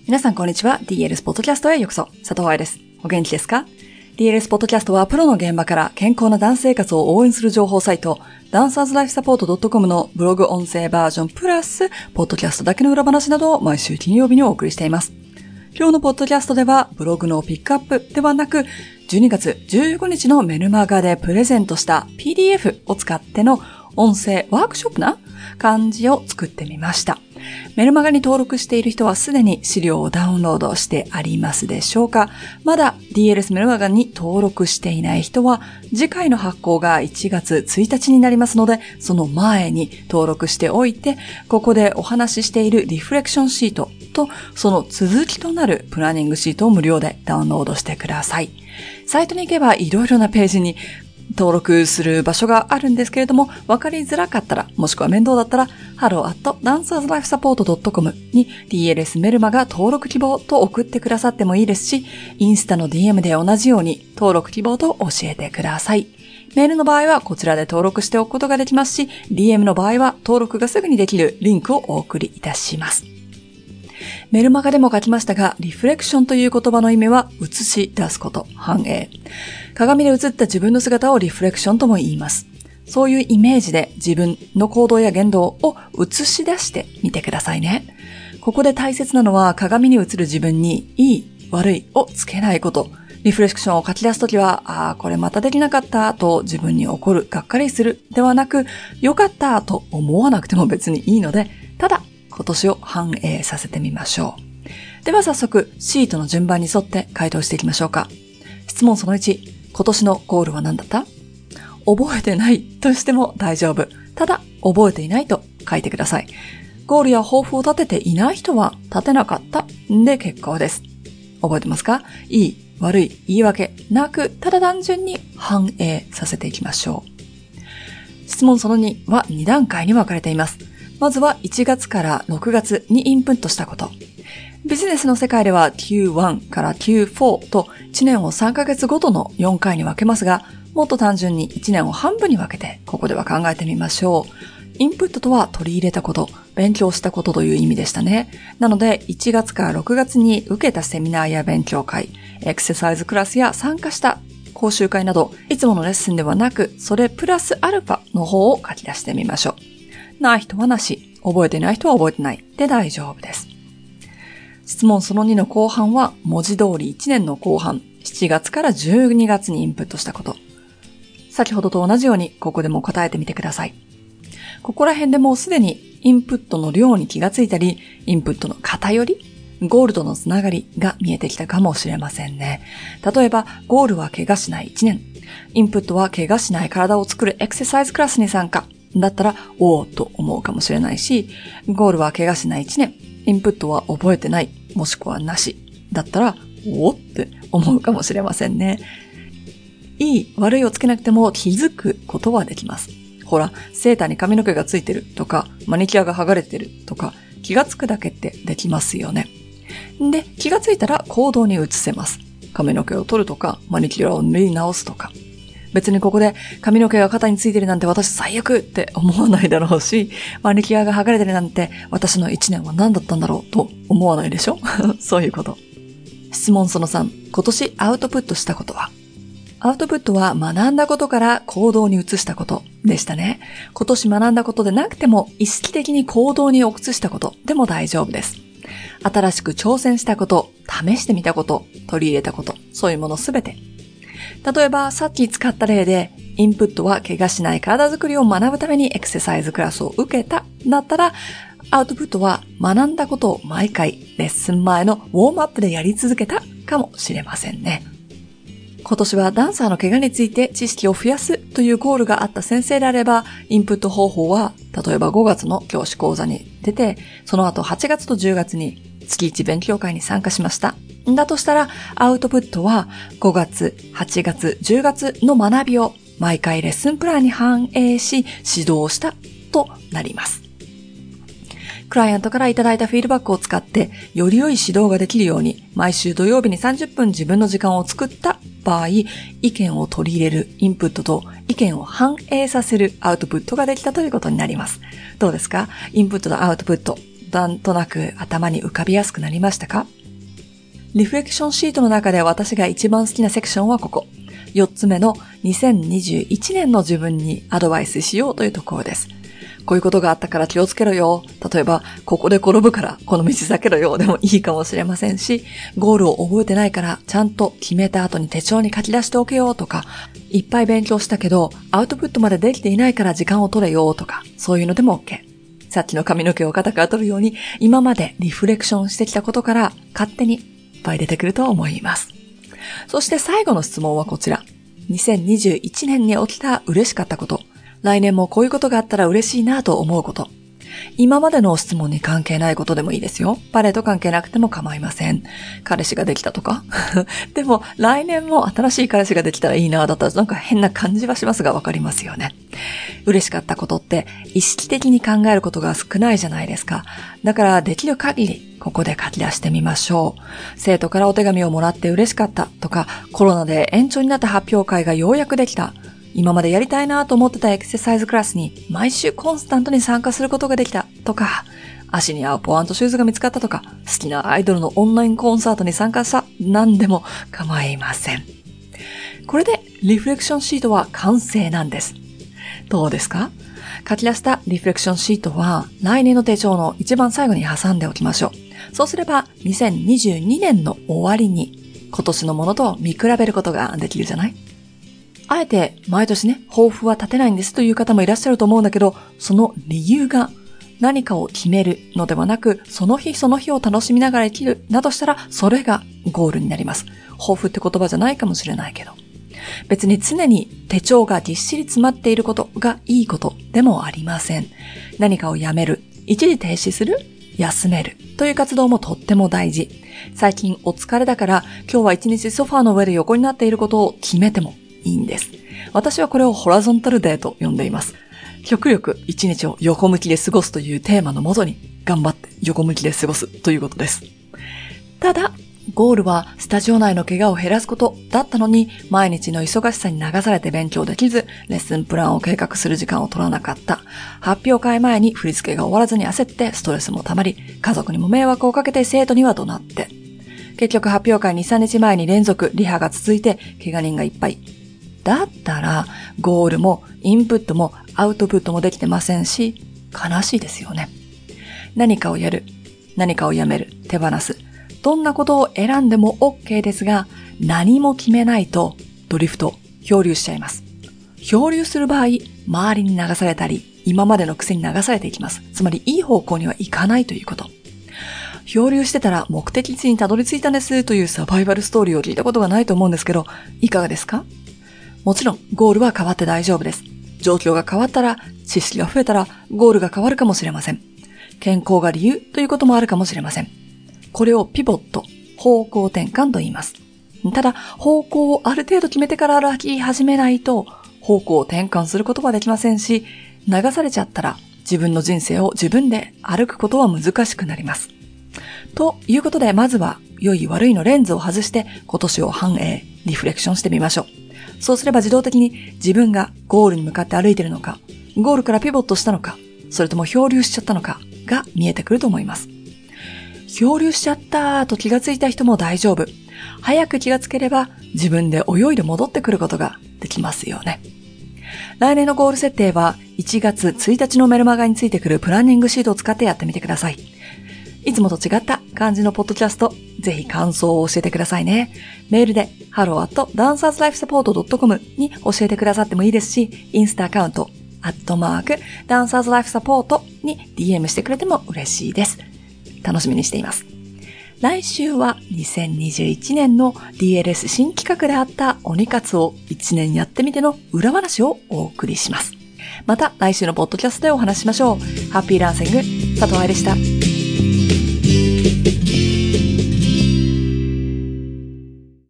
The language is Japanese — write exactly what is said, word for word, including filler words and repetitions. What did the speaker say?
皆さんこんにちは。 ディーエルエス ポッドキャストへようこそ。佐藤愛です。お元気ですか？ ディーエルエス ポッドキャストはプロの現場から健康なダンス生活を応援する情報サイトダンサーズライフサポート .com のブログ音声バージョンプラスポッドキャストだけの裏話などを毎週金曜日にお送りしています。今日のポッドキャストではブログのピックアップではなくじゅうにがつじゅうごにちのメルマガでプレゼントした ピーディーエフ を使っての音声ワークショップな感じを作ってみました。メルマガに登録している人はすでに資料をダウンロードしてありますでしょうか？まだ ディーエルエス メルマガに登録していない人は次回の発行がいちがつついたちになりますので、その前に登録しておいて、ここでお話ししているリフレクションシートとその続きとなるプランニングシートを無料でダウンロードしてください。サイトに行けばいろいろなページに登録する場所があるんですけれども、分かりづらかったら、もしくは面倒だったら、ハローアットダンサーズライフサポートドットコム に ディーエルエス メルマガ登録希望と送ってくださってもいいですし、インスタの ディーエム で同じように登録希望と教えてください。メールの場合はこちらで登録しておくことができますし、ディーエム の場合は登録がすぐにできるリンクをお送りいたします。メルマガでも書きましたが、リフレクションという言葉の意味は映し出すこと、反映。鏡で映った自分の姿をリフレクションとも言います。そういうイメージで自分の行動や言動を映し出してみてくださいね。ここで大切なのは鏡に映る自分にいい、悪いをつけないこと。リフレクションを書き出すときは、ああ、これまたできなかったと自分に怒る、がっかりするではなく、よかったと思わなくても別にいいので、ただ今年を反映させてみましょう。では早速、シートの順番に沿って回答していきましょうか。質問そのいち、今年のゴールは何だった？覚えてないとしても大丈夫。ただ、覚えていないと書いてください。ゴールや抱負を立てていない人は、立てなかったで結構です。覚えてますか？いい、悪い、言い訳なく、ただ単純に反映させていきましょう。質問そのにはに段階に分かれています。まずはいちがつからろくがつにインプットしたこと。ビジネスの世界では キューワン から キューフォー といちねんをさんかげつごとのよんかいに分けますが、もっと単純にいちねんを半分に分けてここでは考えてみましょう。インプットとは取り入れたこと、勉強したことという意味でしたね。なのでいちがつからろくがつに受けたセミナーや勉強会、エクササイズクラスや参加した講習会など、いつものレッスンではなく、それプラスアルファの方を書き出してみましょう。ない人はなし、覚えてない人は覚えてないで大丈夫です。質問そのにの後半は文字通りいちねんの後半、しちがつからじゅうにがつにインプットしたこと。先ほどと同じようにここでも答えてみてください。ここら辺でもうすでにインプットの量に気がついたり、インプットの偏り、ゴールとのつながりが見えてきたかもしれませんね。例えば、ゴールは怪我しないいちねん。インプットは怪我しない体を作るエクササイズクラスに参加。だったら、おーと思うかもしれないし、ゴールは怪我しないいちねん。インプットは覚えてない、もしくはなし。だったら、おーって思うかもしれませんね。いい、悪いをつけなくても気づくことはできます。ほら、セーターに髪の毛がついてるとか、マニキュアが剥がれてるとか、気がつくだけってできますよね。で、気がついたら行動に移せます。髪の毛を取るとか、マニキュアを塗り直すとか。別にここで髪の毛が肩についてるなんて私最悪って思わないだろうし、マニキュアが剥がれてるなんて私のいちねんは何だったんだろうと思わないでしょそういうこと。質問そのさん、今年アウトプットしたことは？アウトプットは学んだことから行動に移したことでしたね。今年学んだことでなくても意識的に行動に移したことでも大丈夫です。新しく挑戦したこと、試してみたこと、取り入れたこと、そういうものすべて。例えばさっき使った例で、インプットは怪我しない体づくりを学ぶためにエクササイズクラスを受けただったら、アウトプットは学んだことを毎回レッスン前のウォームアップでやり続けたかもしれませんね。今年はダンサーの怪我について知識を増やすというゴールがあった先生であれば、インプット方法は例えばごがつの教師講座に出て、その後はちがつとじゅうがつに月いち勉強会に参加しました。だとしたら、アウトプットはごがつ、はちがつ、じゅうがつの学びを毎回レッスンプランに反映し指導したとなります。クライアントからいただいたフィードバックを使ってより良い指導ができるように毎週土曜日にさんじゅっぷん自分の時間を作った場合、意見を取り入れるインプットと意見を反映させるアウトプットができたということになります。どうですか？インプットとアウトプット、なんとなく頭に浮かびやすくなりましたか？ リフレクションシートの中で私が一番好きなセクションはここ。よっつめのにせんにじゅういちねんの自分にアドバイスしようというところです。こういうことがあったから気をつけろよ。例えば、ここで転ぶからこの道避けろよでもいいかもしれませんし、ゴールを覚えてないからちゃんと決めた後に手帳に書き出しておけよとか、いっぱい勉強したけどアウトプットまでできていないから時間を取れよとか、そういうのでも OK。さっきの髪の毛を肩から取るように、今までリフレクションしてきたことから勝手にいっぱい出てくると思います。そして最後の質問はこちら。にせんにじゅういちねんに起きた嬉しかったこと。来年もこういうことがあったら嬉しいなと思うこと。今までの質問に関係ないことでもいいですよ。パレード関係なくても構いません。彼氏ができたとかでも来年も新しい彼氏ができたらいいなだったらなんか変な感じはしますがわかりますよね。嬉しかったことって意識的に考えることが少ないじゃないですか。だからできる限りここで書き出してみましょう。生徒からお手紙をもらって嬉しかったとか、コロナで延長になった発表会がようやくできた。今までやりたいなと思ってたエクササイズクラスに毎週コンスタントに参加することができたとか、足に合うポワントシューズが見つかったとか、好きなアイドルのオンラインコンサートに参加したなんでも構いません。これでリフレクションシートは完成なんです。どうですか？書き出したリフレクションシートは来年の手帳の一番最後に挟んでおきましょう。そうすればにせんにじゅうにねんの終わりに今年のものと見比べることができるじゃない？あえて毎年ね、抱負は立てないんですという方もいらっしゃると思うんだけど、その理由が何かを決めるのではなく、その日その日を楽しみながら生きるなどしたら、それがゴールになります。抱負って言葉じゃないかもしれないけど。別に常に手帳がぎっしり詰まっていることがいいことでもありません。何かをやめる、一時停止する、休めるという活動もとっても大事。最近お疲れだから今日は一日ソファーの上で横になっていることを決めてもいいんです。私はこれをホラゾンタルデーと呼んでいます。極力一日を横向きで過ごすというテーマのもとに頑張って横向きで過ごすということです。ただ、ゴールはスタジオ内の怪我を減らすことだったのに、毎日の忙しさに流されて勉強できず、レッスンプランを計画する時間を取らなかった。発表会前に振り付けが終わらずに焦ってストレスもたまり、家族にも迷惑をかけて生徒には怒鳴って。結局発表会に、さんにちまえに連続リハが続いて、怪我人がいっぱい。だったら、ゴールもインプットもアウトプットもできてませんし、悲しいですよね。何かをやる、何かをやめる、手放す。どんなことを選んでも OK ですが、何も決めないとドリフト、漂流しちゃいます。漂流する場合、周りに流されたり、今までの癖に流されていきます。つまり、いい方向にはいかないということ。漂流してたら目的地にたどり着いたんですというサバイバルストーリーを聞いたことがないと思うんですけど、いかがですか？もちろん、ゴールは変わって大丈夫です。状況が変わったら、知識が増えたら、ゴールが変わるかもしれません。健康が理由ということもあるかもしれません。これをピボット、方向転換と言います。ただ、方向をある程度決めてから歩き始めないと、方向を転換することはできませんし、流されちゃったら、自分の人生を自分で歩くことは難しくなります。ということで、まずは、良い悪いのレンズを外して、今年を反映、リフレクションしてみましょう。そうすれば自動的に自分がゴールに向かって歩いているのか、ゴールからピボットしたのか、それとも漂流しちゃったのかが見えてくると思います。漂流しちゃったと気がついた人も大丈夫。早く気がつければ自分で泳いで戻ってくることができますよね。来年のゴール設定はいちがつついたちのメルマガについてくるプランニングシートを使ってやってみてください。いつもと違った感じのポッドキャスト、ぜひ感想を教えてくださいね。メールで ハローアットダンサーズライフサポートドットコム に教えてくださってもいいですし、インスタアカウント、アットマーク、ダンサーズライフサポートに ディーエム してくれても嬉しいです。楽しみにしています。来週はにせんにじゅういちねんの ディーエルエス 新企画であった鬼活をいちねんやってみての裏話をお送りします。また来週のポッドキャストでお話ししましょう。ハッピーランシング、佐藤愛でした。